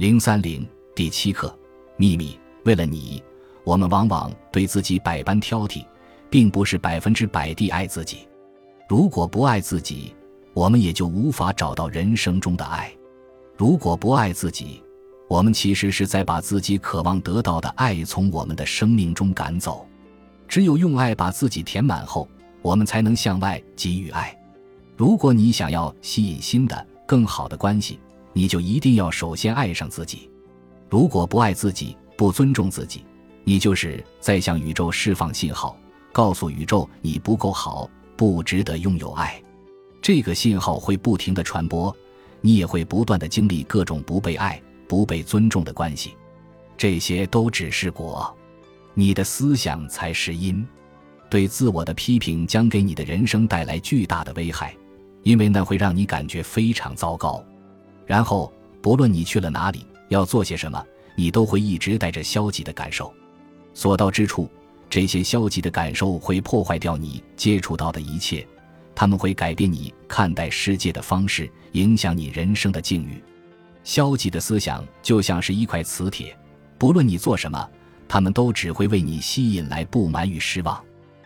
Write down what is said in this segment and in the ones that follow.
030第7课秘密。为了你，我们往往对自己百般挑剔，并不是100%地爱自己。如果不爱自己，我们也就无法找到人生中的爱。如果不爱自己，我们其实是在把自己渴望得到的爱从我们的生命中赶走。只有用爱把自己填满后，我们才能向外给予爱。如果你想要吸引新的更好的关系，你就一定要首先爱上自己。如果不爱自己，不尊重自己，你就是在向宇宙释放信号，告诉宇宙你不够好，不值得拥有爱。这个信号会不停地传播，你也会不断地经历各种不被爱、不被尊重的关系。这些都只是果，你的思想才是因。对自我的批评将给你的人生带来巨大的危害，因为那会让你感觉非常糟糕。然后不论你去了哪里，要做些什么，你都会一直带着消极的感受。所到之处，这些消极的感受会破坏掉你接触到的一切，它们会改变你看待世界的方式，影响你人生的境遇。消极的思想就像是一块磁铁，不论你做什么，它们都只会为你吸引来不满与失望。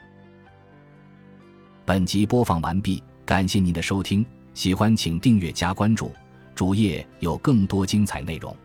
本集播放完毕，感谢您的收听，喜欢请订阅加关注，主页有更多精彩内容。